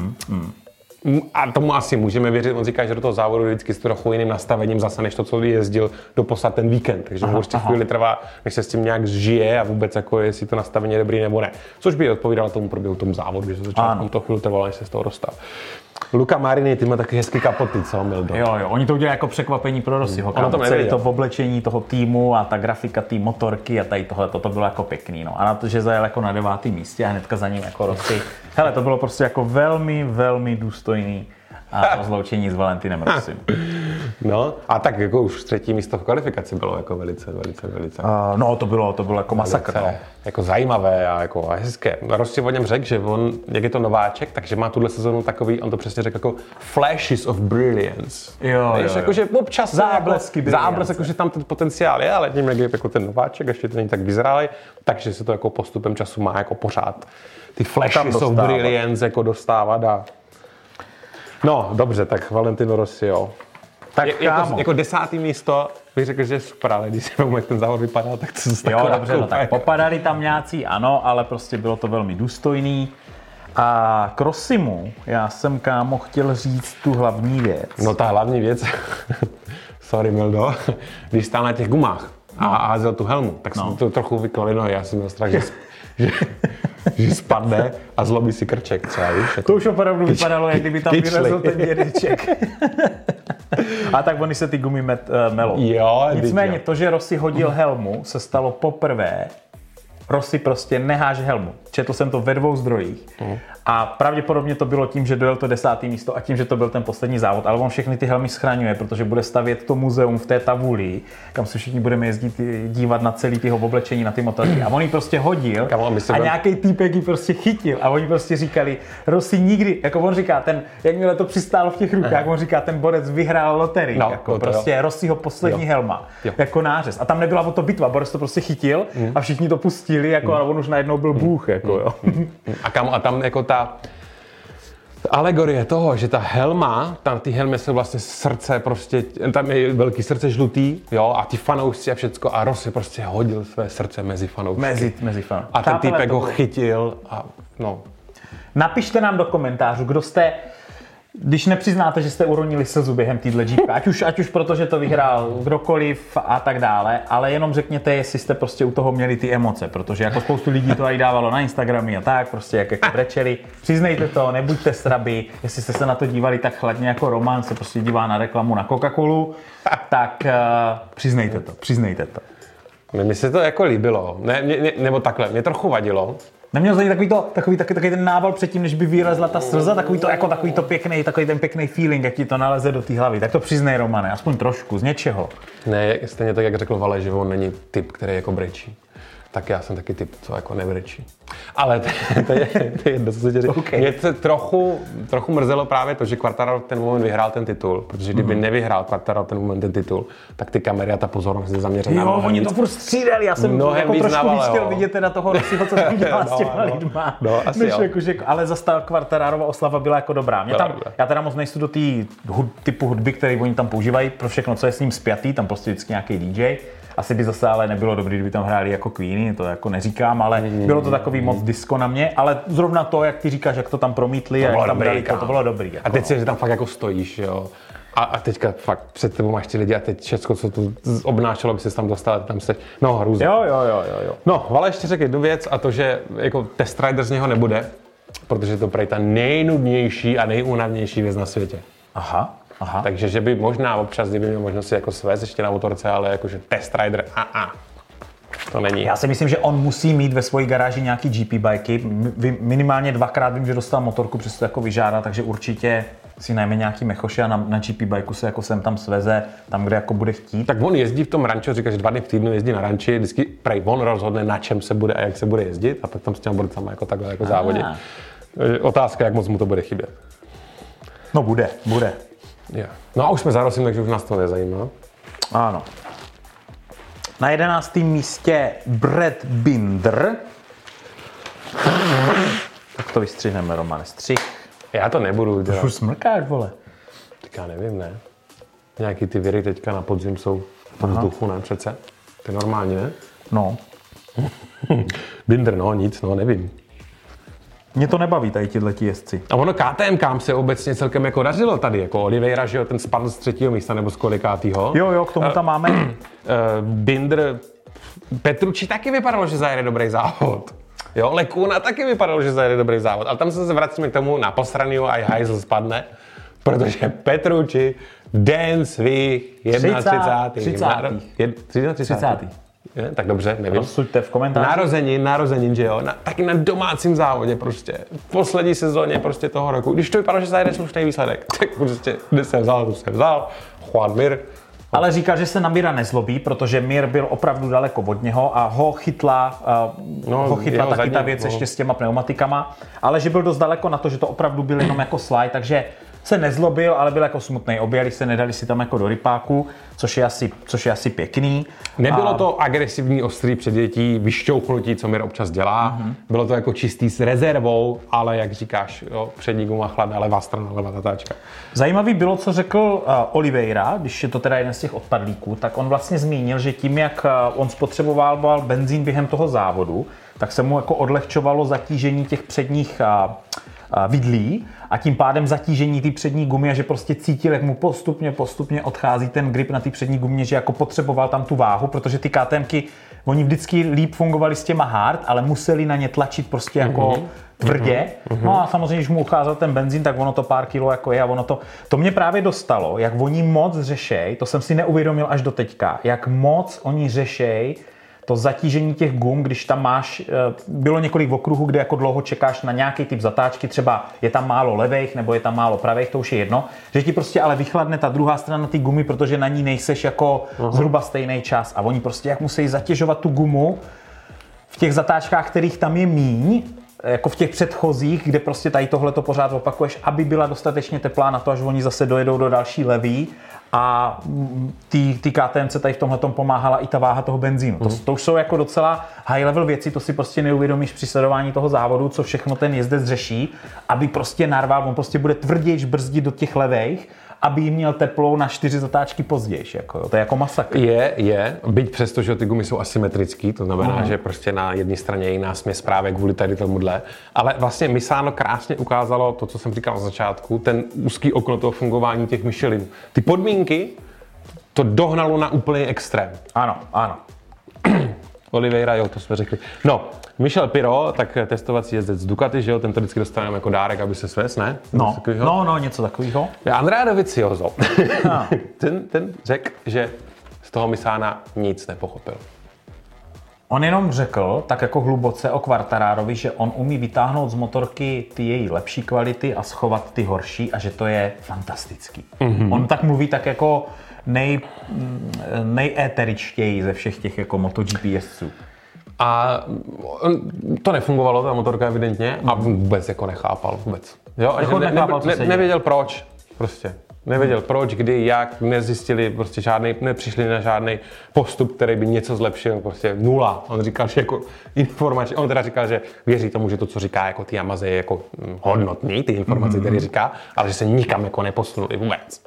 A tomu asi můžeme věřit, on říká, že do toho závodu vždycky s trochu jiným nastavením zase, než to, co jezdil doposud ten víkend, takže mu určitě chvíli trvá, než se s tím nějak zžije a vůbec jako jestli to nastavení je dobrý nebo ne. Což by odpovídalo tomu průběhu tomu závodu, že se začátku to chvíli trvalo, než se z toho dostal. Luca Marini, ty má taky hezký kapoty, co Mildo? Jo, oni to udělali jako překvapení pro Rossiho. Celé to v oblečení toho týmu a ta grafika té motorky a tady tohle, to bylo jako pěkný. No. A na to, že zajel jako na 9. místě a hnedka za ním jako Rossi. Hele, to bylo prostě jako velmi, velmi důstojný a rozloučení s Valentinem Rossim. No, a tak jako už 3. místo v kvalifikaci bylo jako velice. No, to bylo jako masakr. No. Jako zajímavé a jako hezké. Rossi o něm řekl, že on, jak je to nováček, takže má tuhle sezonu takový, on to přesně řekl, jako flashes of brilliance. Jo. Jakože občas záblesky, záblesk, jakože tam ten potenciál je, ale tím, jak je jako ten nováček, ještě to není tak vyzrálý, takže se to jako postupem času má jako pořád ty flashes of brilliance jako dostávat a... No, dobře, tak Valentino Rossi, jo. Tak jako 10. místo bych řekl, že je super, ale když si vezmu, jak ten závod vypadal, tak to zase taková... Jo, dobře, no tak popadali tam nějací, ano, ale prostě bylo to velmi důstojný. A k Rossimu já jsem, kámo, chtěl říct tu hlavní věc. No ta hlavní věc, sorry Mildo, když stál na těch gumách a házel tu helmu, tak jsem to trochu vyklali nohy, já jsem měl strach, že spadne a zlomí si krček třeba, víš? To už opravdu vypadalo, jak kdyby tam vyrezl ten dědeček. A tak oni se ty gumy melou. Jo, nicméně to, že Rossi hodil helmu, se stalo poprvé. Rossi prostě neháže helmu. Četl jsem to ve 2 zdrojích. A pravděpodobně to bylo tím, že dojel to 10. místo a tím, že to byl ten poslední závod. Ale on všechny ty helmy schraňuje, protože bude stavět to muzeum v té Tavuli, kam se všichni budeme jezdit dívat na celý tyho oblečení, na ty motorky. A on ji prostě hodil a nějaký týpek ji prostě chytil. A oni prostě říkali, Rossi nikdy, jako on říká, jakmile to přistálo v těch rukách, on říká, ten borec vyhrál loterii. No, jako prostě Rossiho poslední helma. Jako nářez. A tam nebyla o to bitva, borec to prostě chytil a všichni to pustili, jako a on už najednou byl bůh, jako jo. A tam jako ta alegorie toho, že ta helma, tam ty helmy jsou vlastně srdce prostě, tam je velký srdce žlutý, jo, a ty fanoušci a všecko a Rossi prostě hodil své srdce mezi fanoušky. Mezi fanoušky. A ten týpek ho chytil a no. Napište nám do komentářů, kdo jste, když nepřiznáte, že jste uronili slzu během téhle GP, ať už protože to vyhrál kdokoliv a tak dále, ale jenom řekněte, jestli jste prostě u toho měli ty emoce, protože jako spoustu lidí to i dávalo na Instagramy a tak, prostě jak jako brečeli. Přiznejte to, nebuďte sraby, jestli jste se na to dívali tak chladně jako Roman se prostě dívá na reklamu na Coca-Colu, tak přiznejte to. Mně se to jako líbilo, nebo takhle, mě trochu vadilo. Neměl jsi takový ten nával předtím, než by vylezla ta slza, takový ten pěkný feeling, jak ti to naleze do té hlavy. Tak to přiznej, Romane, aspoň trošku, z něčeho. Ne, stejně tak, jak řekl Vale, že on není typ, který jako brečí. Tak já jsem taky typ, co jako nebrečí. Ale to je jedno, co se děje. Okay. Mě se trochu mrzelo právě to, že Quartararo ten moment vyhrál ten titul, protože kdyby nevyhrál Quartararo ten moment ten titul, tak ty kamery a ta pozornost je zaměřená. Jo, oni to furt střídali, já jsem jako trošku víc chtěl vidět teda toho Rossiho, co tam dělá s těma lidma. No, asi jo. Ale zase ta Quartararova oslava byla jako dobrá. Já teda moc nejsem do té typu hudby, který oni tam používají pro všechno, co je s ním spjatý, tam prostě vždycky nějaký DJ. Asi by zase ale nebylo dobrý, kdyby tam hráli jako Queeny, to jako neříkám, ale bylo to takový moc disco na mě, ale zrovna to, jak ty říkáš, jak to tam promítli a jak tam dali, to bylo dobrý. Jako, a teď si, že tam fakt jako stojíš, jo. A teďka fakt před tebou máš ty lidi a teď všechno, co tu obnášelo, aby se tam dostal, tam se, no hrůzně. Jo. No, Vale ještě řekl jednu věc a to, že jako test rider z něho nebude, protože to prej ta nejnudnější a nejúnavnější věc na světě. Aha. Takže, že by možná občas, kdyby měl možnost si jako svést ještě na motorce, ale jakože test rider, to není. Já si myslím, že on musí mít ve své garáži nějaký GP bajky. Minimálně 2krát vím, že dostal motorku, přesto to jako vyžádá, takže určitě si najme nějaký mechoše a na GP bajku se jako sem tam sveze, tam, kde jako bude chtít. Tak on jezdí v tom ranču, říká, že 2 dny v týdnu jezdí na ranči, vždycky prej on rozhodne, na čem se bude a jak se bude jezdit a pak tam s těma borcama jako takhle jako závodit. Otázka, jak moc mu to bude chybět. No bude. Yeah. No a už jsme za Rossim, takže už nás to nezajímá. Ano. Na 11. místě Brad Binder. Tak to vystřihneme, Romane. Střih. Já to nebudu dělat. Už smrkáš, vole. Tak já nevím, ne? Nějaký ty viry teďka na podzim jsou v vzduchu, ne přece? To je normálně, ne? No. Binder, nic, nevím. Mě to nebaví, tady tihleti jezdci. A ono KTMkám se obecně celkem jako dařilo tady, jako Oliveira, že jo, ten spadl z 3. místa nebo z kolikátýho. Jo, k tomu tam máme. Binder, Petrucci taky vypadalo, že zajede dobrý závod. Jo, Lecuna taky vypadalo, že zajede dobrý závod. Ale tam se vracíme k tomu na posraniu a i Heisel spadne, protože Petrucci den svých 31. 30. Tak dobře, nevím. Rozsuďte v komentářích. Narozenin, že jo, taky na domácím závodě prostě. V poslední sezóně prostě toho roku. Když to vypadalo, že zajede slušný výsledek, tak prostě, kde jsem vzal, tu jsem vzal. Juan Mir. Ale říká, že se na Mira nezlobí, protože Mir byl opravdu daleko od něho a ho chytla taky zadní, ta věc ještě s těma pneumatikama, ale že byl dost daleko na to, že to opravdu byl jenom jako slide, takže se nezlobil, ale byl jako smutný. Objeli se, nedali si tam jako do rypáku, což je asi pěkný. Nebylo to agresivní, ostrý předjetí, vyšťouchnutí, co Mir občas dělá. Bylo to jako čistý s rezervou, ale jak říkáš, jo, přední guma chladná, levá strana, levá zatáčka. Zajímavý bylo, co řekl Oliveira, když je to teda jeden z těch odpadlíků, tak on vlastně zmínil, že tím, jak on spotřeboval benzín během toho závodu, tak se mu jako odlehčovalo zatížení těch předních vidlí a tím pádem zatížení té přední gumy a že prostě cítil, jak mu postupně odchází ten grip na té přední gumě, že jako potřeboval tam tu váhu, protože ty KTMky, oni vždycky líp fungovali s těma hard, ale museli na ně tlačit prostě jako tvrdě. No a samozřejmě, když mu ucházel ten benzín, tak ono to pár kilo jako je a ono to mě právě dostalo, jak oni moc řešej, to jsem si neuvědomil až do teďka, jak moc oni řešej to zatížení těch gum, když tam máš, bylo několik okruhů, kde jako dlouho čekáš na nějaký typ zatáčky, třeba je tam málo levých nebo je tam málo pravých, to už je jedno, že ti prostě ale vychladne ta druhá strana ty gumy, protože na ní nejseš jako zhruba stejný čas a oni prostě jak musí zatěžovat tu gumu v těch zatáčkách, kterých tam je míň, jako v těch předchozích, kde prostě tady tohleto pořád opakuješ, aby byla dostatečně teplá na to, až oni zase dojedou do další levý. A ty KTMC tady v tomhletom pomáhala i ta váha toho benzínu. To už jsou jako docela high level věci, to si prostě neuvědomíš při sledování toho závodu, co všechno ten jezdec řeší, aby prostě narval, on prostě bude tvrději brzdit do těch levejch, aby jim měl teplou na 4 zatáčky později. Jako, to je jako masakr. Je, byť přesto, že ty gumy jsou asymetrický, to znamená, že prostě na jedné straně je jiná směs právě kvůli tady tomuhle. Ale vlastně Misano krásně ukázalo to, co jsem říkal na začátku, ten úzký okno toho fungování těch Michelin. Ty podmínky to dohnalo na úplný extrém. Ano. Oliveira, jo, to jsme řekli. No, Michel Pirot, tak testovací jezdec z Ducati, že jo, ten to vždycky dostaneme jako dárek, aby se svést, ne? Něco takového. Andrea Dovizioso, ten řekl, že z toho Misana nic nepochopil. On jenom řekl, tak jako hluboce o Quartararovi, že on umí vytáhnout z motorky ty její lepší kvality a schovat ty horší a že to je fantastický. On tak mluví tak jako nejeteričtěji ze všech těch jako MotoGP jezdců. A to nefungovalo, ta motorka evidentně, a vůbec jako nechápal vůbec. Jo, jako nevěděl proč, prostě. Nevěděl proč, kdy, jak, nezjistili prostě nepřišli na žádný postup, který by něco zlepšil, prostě nula. On říkal, že jako informace, on teda říkal, že věří tomu, že to, co říká jako ty Yamaze, je jako hodnotný, ty informace, které říká, ale že se nikam jako neposunuli vůbec.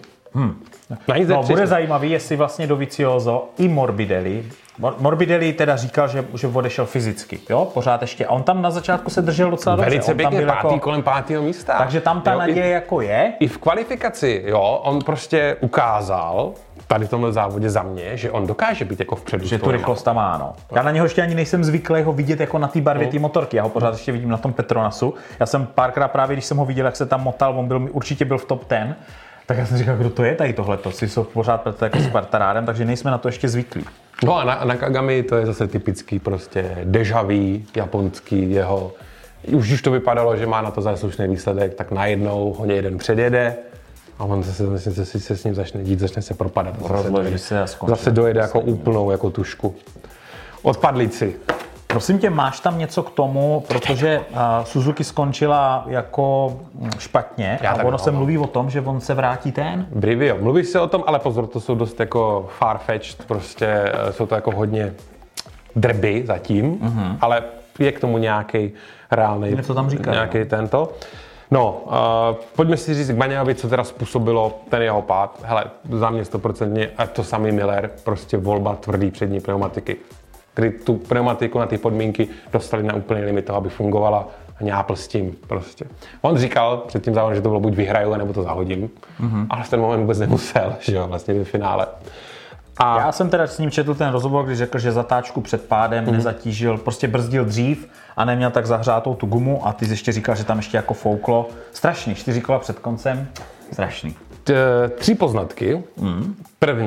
Bude zajímavý, jestli vlastně Dovizioso i Morbidelli teda říkal, že odešel fyzicky, jo, pořád ještě. A on tam na začátku se držel docela dobře. Velice pěkně kolem 5. místa. Takže tam ta naděje jako je. I v kvalifikaci, jo, on prostě ukázal tady v tomhle závodě za mě, že on dokáže být jako vpředu. Že tu rychlost tam má, no. Já na něho ještě ani nejsem zvyklý ho vidět jako na té barvě té motorky. Já ho pořád ještě vidím na tom Petronasu. Já jsem párkrát právě, když jsem ho viděl, jak se tam motal, určitě byl v top 10. Tak já jsem říkal, kdo to je tady tohleto, si jsou pořád jako s Quartararem, takže nejsme na to ještě zvyklí. No a na Kagami to je zase typický prostě dežavý, japonský jeho. Už to vypadalo, že má na to slušný výsledek, tak najednou ho jeden předjede a on se s ním začne dít, začne se propadat. Zase dojede jako úplnou jako tušku. Odpadlíci. Prosím tě, máš tam něco k tomu, protože Suzuki skončila jako špatně a ono se mluví o tom, že on se vrátí ten? Brivio. Mluví se o tom, ale pozor, to jsou dost jako far-fetched, prostě jsou to jako hodně drby zatím, ale je k tomu nějaký reálný, něco tam říká, nějaký tento. No, pojďme si říct k Bagnaiovi, co teda způsobilo ten jeho pád. Hele, za mě 100% a to samý Miller, prostě volba tvrdý přední pneumatiky. Kdy tu pneumatiku na ty podmínky dostali na úplný limit toho, aby fungovala a ňápl s tím prostě. On říkal před tím závodem, že to bylo buď vyhraju, nebo to zahodím, ale v ten moment vůbec nemusel, že jo, vlastně ve finále. A já jsem teda s ním četl ten rozhovor, když řekl, že zatáčku před pádem nezatížil, prostě brzdil dřív a neměl tak zahřátou tu gumu a ty jsi ještě říkal, že tam ještě jako fouklo. Strašný, 4 kola před koncem, strašný. 3 poznatky. První.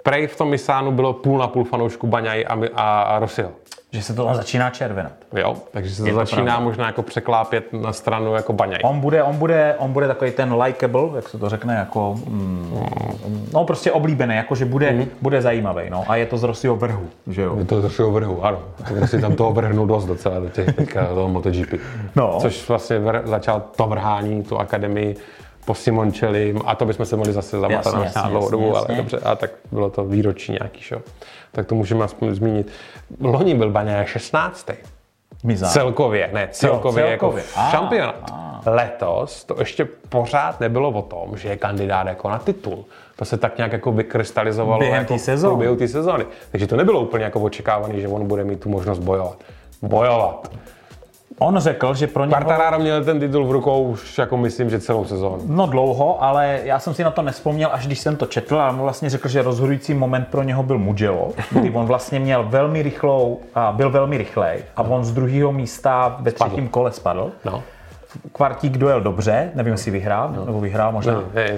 prej v tom Misánu bylo půl na půl fanoušku Baňaji a Rossiho. Že se to začíná červenat. Jo, takže se to začíná pravda. Možná jako překlápět na stranu jako Baňaj. On bude takový ten likeable, jak se to řekne, jako no prostě oblíbený, jako že bude zajímavý, no. A je to z Rossiho vrhu, že jo? Je to z Rossiho vrhu, ano. Prostě tam toho vrhnul dost docela do toho MotoGP. No. Což vlastně začal to vrhání, tu akademii po Simoncellim, a to bychom se mohli zase zamatat na dlouhou dobu, ale dobře, a tak bylo to výročí nějaký show. Tak to můžeme aspoň zmínit. Loni byl Baňaj 16. Celkově jako šampionát. Letos to ještě pořád nebylo o tom, že je kandidát jako na titul. To se tak nějak jako vykrystalizovalo během té sezóny. Takže to nebylo úplně jako očekávaný, že on bude mít tu možnost bojovat. On řekl, že pro něho... Quartararo měl ten titul v rukou už jako myslím, že celou sezónu. No dlouho, ale já jsem si na to nevzpomněl, až když jsem to četl, ale on vlastně řekl, že rozhodující moment pro něho byl Mugello, kdy on vlastně měl velmi rychlou a byl velmi rychlej a on z druhého místa ve třetím kole spadl. No. Kvartík dojel dobře, nevím, jestli vyhrál, nebo vyhrál možná.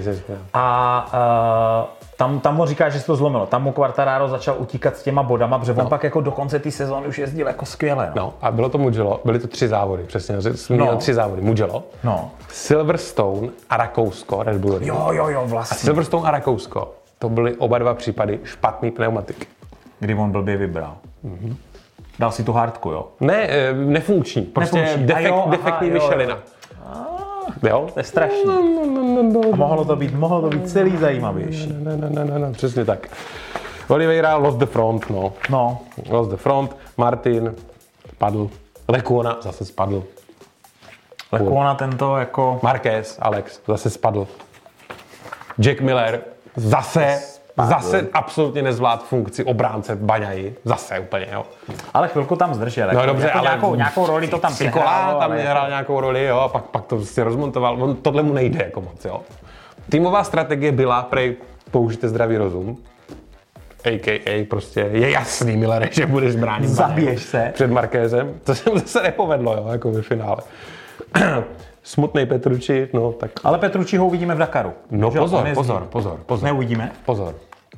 A tam on říká, že se to zlomilo. Tam mu Quartararo začal utíkat s těma bodama, protože on pak jako do konce té sezóny už jezdil jako skvěle. No, a bylo to Mugello, byly to 3 závody, přesně. Měl 3 závody. Mugello, Silverstone a Rakousko, Red Bull. Jo, vlastně. A Silverstone a Rakousko, to byly oba dva případy špatný pneumatiky. Kdy on blbě vybral. Dal si tu hardku, jo? Ne, nefunkční. Prostě defektní Michelina. Jo? To je strašný. A mohlo to být celý zajímavější. Ne, přesně tak. Oliveira lost the front, no. Lost the front, Martin spadl, Lecona zase spadl. Lecona tento jako... Marquez, Alex, zase spadl. Jack Miller zase absolutně nezvlád funkci obránce Baňaji. Zase úplně, jo. Ale chvilku tam zdržel. No dobře, jako ale nějakou roli to tam přihrálo. Tam hrál nějakou roli, jo, a pak to prostě rozmontoval. Tohle mu nejde jako moc, jo. Týmová strategie byla prej použijte zdravý rozum. A.k.a. prostě je jasný, Millere, že budeš bránit Zabiješ se před Markézem. To se mu zase nepovedlo, jo, jako ve finále. Smutnej Petrucci, no tak... Ale Petrucci ho uvidíme v Dakaru. No pozor. Neuvidíme? Pozor.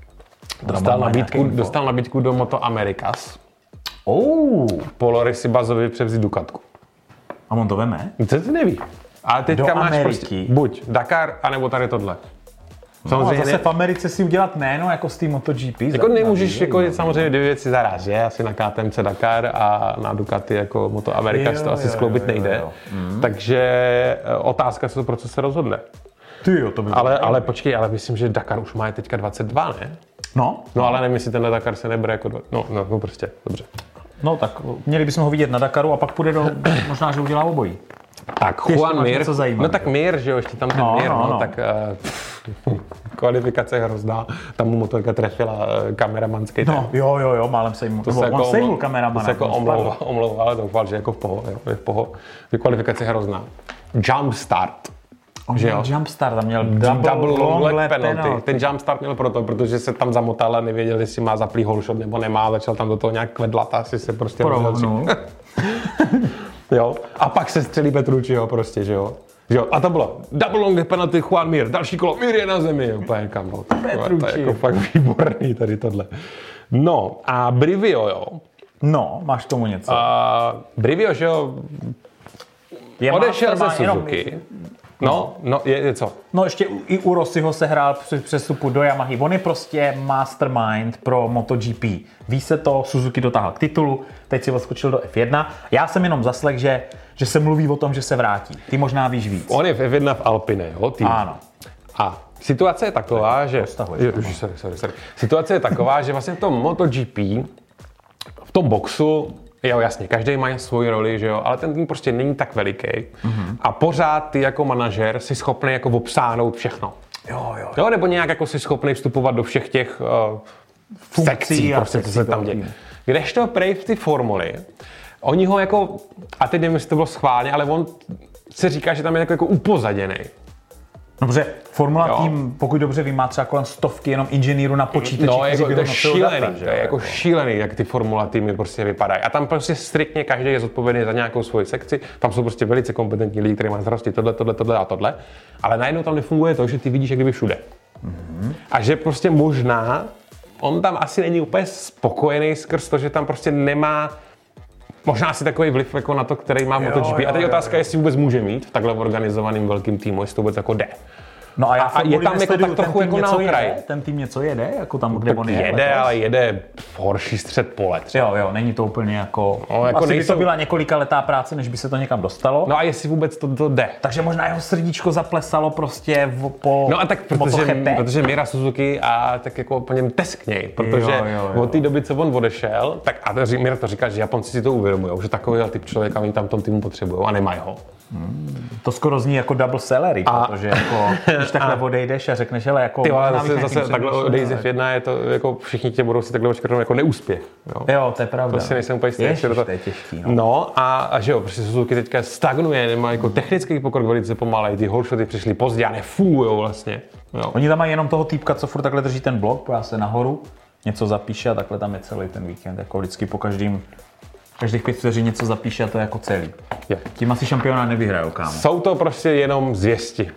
Dostal nabídku do Moto Americas. Polo Sibazovi převzít Ducatku. A on to veme? To neví. Ale teďka máš prostě buď Dakar, anebo tady tohle. Samozřejmě zase v Americe si udělat jméno jako z té MotoGP. Jako nemůžeš jako samozřejmě 2 věci zaraz, že? Asi na KTMC Dakar a na Ducati jako Moto Americas to asi skloubit nejde. Takže otázka se, pro co se rozhodne. To by ale počkej, ale myslím, že Dakar už má teďka 22, ne? No, ale nevím, jestli tenhle Dakar se nebere jako... No prostě, dobře. No tak měli bychom ho vidět na Dakaru a pak půjde možná, že udělá obojí. Tak Juan Mir, no tak Mir, že jo, ještě tam ten Mir, tak kvalifikace hrozná, tam mu motorka trefila kameramanský ten. Jo, málem se jim, on sejmul kameramana. To se jako omlouval, ale doufal, že jako v poho, kvalifikace hrozná. Jump start. Že jo? Jumpstart, tam měl double long lap penalty. Ten jumpstart měl protože se tam zamotal a nevěděl, jestli má zaplý holshot nebo nemá, začal tam do toho nějak kvedlat a asi se prostě rozhodl. Jo, a pak se střelí Petrucciho prostě, že jo. A to bylo double long penalty Juan Mir, další kolo, Mir je na zemi, úplně kam, no. To je jako fakt výborný tady tohle. No a Brivio, jo. No, máš tomu něco. Brivio, že jo, odešel ze Suzuki. No, je co? No ještě i u Rossiho se hrál při přestupu do Yamahy. On je prostě mastermind pro MotoGP. Ví se to, Suzuki dotáhl k titulu, teď si odskočil do F1. Já jsem jenom zaslech, že se mluví o tom, že se vrátí. Ty možná víš víc. On je v F1 v Alpine, jo? Tým. Ano. A situace je taková, že... Sorry. Situace je taková, že vlastně v tom MotoGP, v tom boxu, jo, jasně, každý má svoji roli, že jo, ale ten tým prostě není tak veliký. A pořád ty jako manažer jsi schopný jako obsáhnout všechno. Jo, nebo nějak jako jsi schopný vstupovat do všech těch sekcí, prostě, co se tam děje. Kdežto prej v ty formuli, oni ho jako, a teď nevím, jestli to bylo schválně, ale on se říká, že tam je jako upozaděný. Dobře, Formula tým, pokud dobře vím, má třeba kolem 100 jenom inženýrů na počítači. No, jako, to je šílený, data, to je jako šílený, jak ty Formula týmy prostě vypadají. A tam prostě striktně každý je zodpovědný za nějakou svoji sekci. Tam jsou prostě velice kompetentní lidi, kteří mají starosti tohle a tohle. Ale najednou tam nefunguje to, že ty vidíš jak kdyby všude. A že prostě možná on tam asi není úplně spokojený skrz to, že tam prostě nemá možná asi takový vliv jako na to, který má MotoGP. A teď otázka je, jestli vůbec může mít v takhle organizovaným velkým týmu, jestli to vůbec jako jde. No a je tam jako tak trochu jako na okraji. Ten tým něco jede, jako tam, kde on je. Jede, ale jede v horší střed pole. Jo, není to úplně jako... No, jako asi by to byla několika letá práce, než by se to někam dostalo. No a jestli vůbec to jde. Takže možná jeho srdíčko zaplesalo prostě po No a tak protože Mira Suzuki a tak jako po něm teskněj, protože od té doby, co on odešel, tak a Mira to říká, že Japonci si to uvědomujou, že takový typ člověka oni tam v tom týmu potřebují a nemají ho. To skoro zní jako double salary, protože jako, když takhle odejdeš a řekneš, hele, jako... Ty ale zase takhle odejít z F1 je to, jako všichni tě budou si takhle očkrtnout jako neúspěch. Jo, to je pravda. To si nejsem úplně jistý. To je těžký, no. No a že jo, protože Suzuki teďka stagnuje, nemá jako technický pokrok velice pomalej, ty holeshoty přišly pozdě a nefungujou vlastně. Jo. Oni tam mají jenom toho týpka, co furt takhle drží ten blok, pojá se nahoru, něco zapíše a takhle tam je celý ten víkend, jako vždycky po každých 5 vteřin něco zapíše a to je jako celý. Je. Tím asi šampionát nevyhrajou, kámo. Jsou to prostě jenom zvěsti.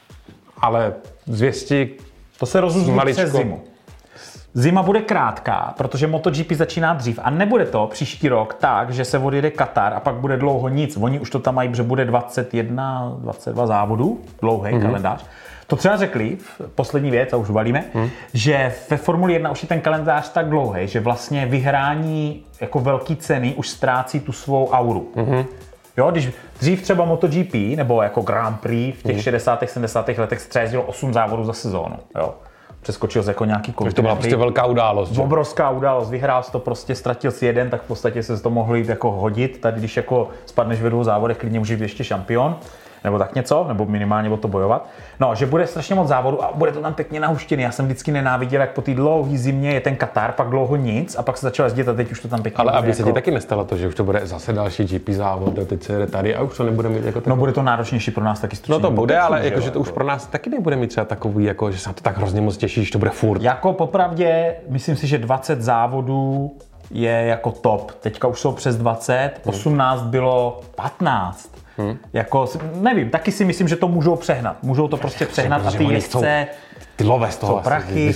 Ale zvěsti... To se rozuzní přes zimu. Zima bude krátká, protože MotoGP začíná dřív a nebude to příští rok tak, že se odjede Katar a pak bude dlouho nic. Oni už to tam mají, že bude 21, 22 závodů, dlouhý kalendář. To třeba řekli, poslední věc, a už valíme, že ve Formuli 1 už je ten kalendář tak dlouhý, že vlastně vyhrání jako velký ceny už ztrácí tu svou auru. Jo, když dřív třeba MotoGP nebo jako Grand Prix v těch 60. 70. letech se třeba jezdilo 8 závodů za sezónu, jo. Přeskočil jsi jako nějaký kontinent. To byla prostě velká událost. Obrovská událost, vyhrál jsi to prostě, ztratil si jeden, tak v podstatě se to mohlo jít jako hodit. Tady když jako spadneš ve 2 závodech, klidně můžeš být ještě šampion. Nebo tak něco, nebo minimálně o to bojovat. No, že bude strašně moc závodu a bude to tam pěkně nahuštěný. Já jsem vždycky nenáviděl, jak po té dlouhé zimě je ten Katar, pak dlouho nic a pak se začal jezdit a teď už to tam pěkně ale bude. aby jako... se ti taky nestalo to, že už to bude zase další GP závod, teď se jede tady a už to nebude mít jako No bude to náročnější pro nás taky stručně. No to bude, ale jakože to už pro nás taky nebude mít třeba takový, jako, že se na to tak hrozně moc těší, že to bude furt. Jako popravdě, myslím si, že 20 závodů je jako top. Teďka už jsou přes 20, 18 bylo 15. Jako, nevím, taky si myslím, že to můžou přehnat. Můžou to prostě přehnat a ty jezdce, ty love z toho prachy,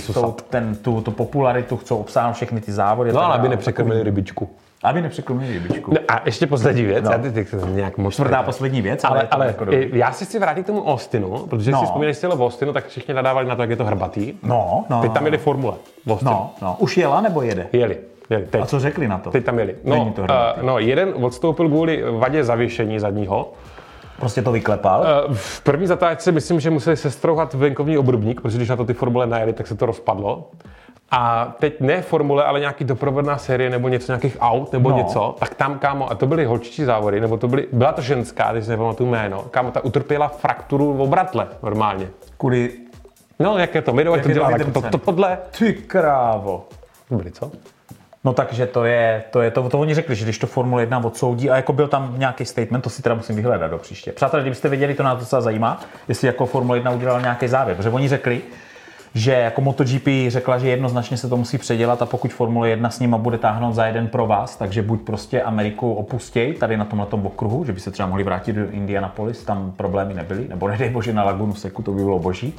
tu popularitu, chcou obsáhnout všechny ty závody. No ale aby nepřekrmili rybičku. Aby nepřekrmili rybičku. No, a ještě poslední věc, no. Já ty nějak moc... Čtvrtá poslední věc, ale jako já si chci vrátit k tomu Austinu, protože si vzpomínáš si v Austinu, tak všichni nadávali na to, jak je to hrbatý. No. Teď tam jeli formule v Austinu. No. Už jela nebo jede? Jeli. Teď. A co řekli na to? Teď tam jeli. No, jeden odstoupil kvůli vadě zavěšení zadního. Prostě to vyklepal? V první zatáčce myslím, že museli sestrouhat venkovní obrubník, protože když na to ty formule najeli, tak se to rozpadlo. A teď ne formule, ale nějaký doprovodná série nebo něco, nějakých aut nebo něco, tak tam, kámo, a to byly holčičí závody, nebo byla to ženská, teď si nepamatuju jméno, kámo, ta utrpěla frakturu v obratle normálně. Kvůli... No, jak je to, my ať to dělá, to podle... Ty krávo. Dobrý, co? No takže to oni řekli, že když to Formule 1 odsoudí a jako byl tam nějaký statement, to si teda musím vyhledat do příště. Přátelé, kdybyste věděli, to nás docela zajímá, jestli jako Formule 1 udělal nějaký závěr, protože oni řekli, že jako MotoGP řekla, že jednoznačně se to musí předělat a pokud Formule 1 s nima bude táhnout za jeden pro vás, takže buď prostě Ameriku opustěj tady na tomhletom okruhu, že by se třeba mohli vrátit do Indianapolis, tam problémy nebyly, nebo nedej bože na Lagunu Seku, to by bylo boží.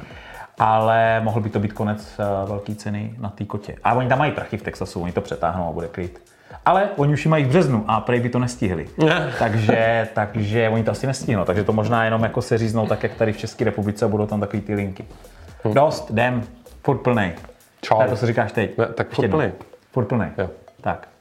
Ale mohl by to být konec velké ceny na té kotě. A oni tam mají prachy v Texasu, oni to přetáhnou a bude klid. Ale oni už ji mají v březnu a prej by to nestihli. takže oni to asi nestihnou. Takže to možná jenom jako se říznou tak, jak tady v České republice a budou tam takový ty linky. Dost, jdem, furt plnej. Čau. To se říkáš teď. Ne, tak furt plnej. Furt plnej. Jo. Tak.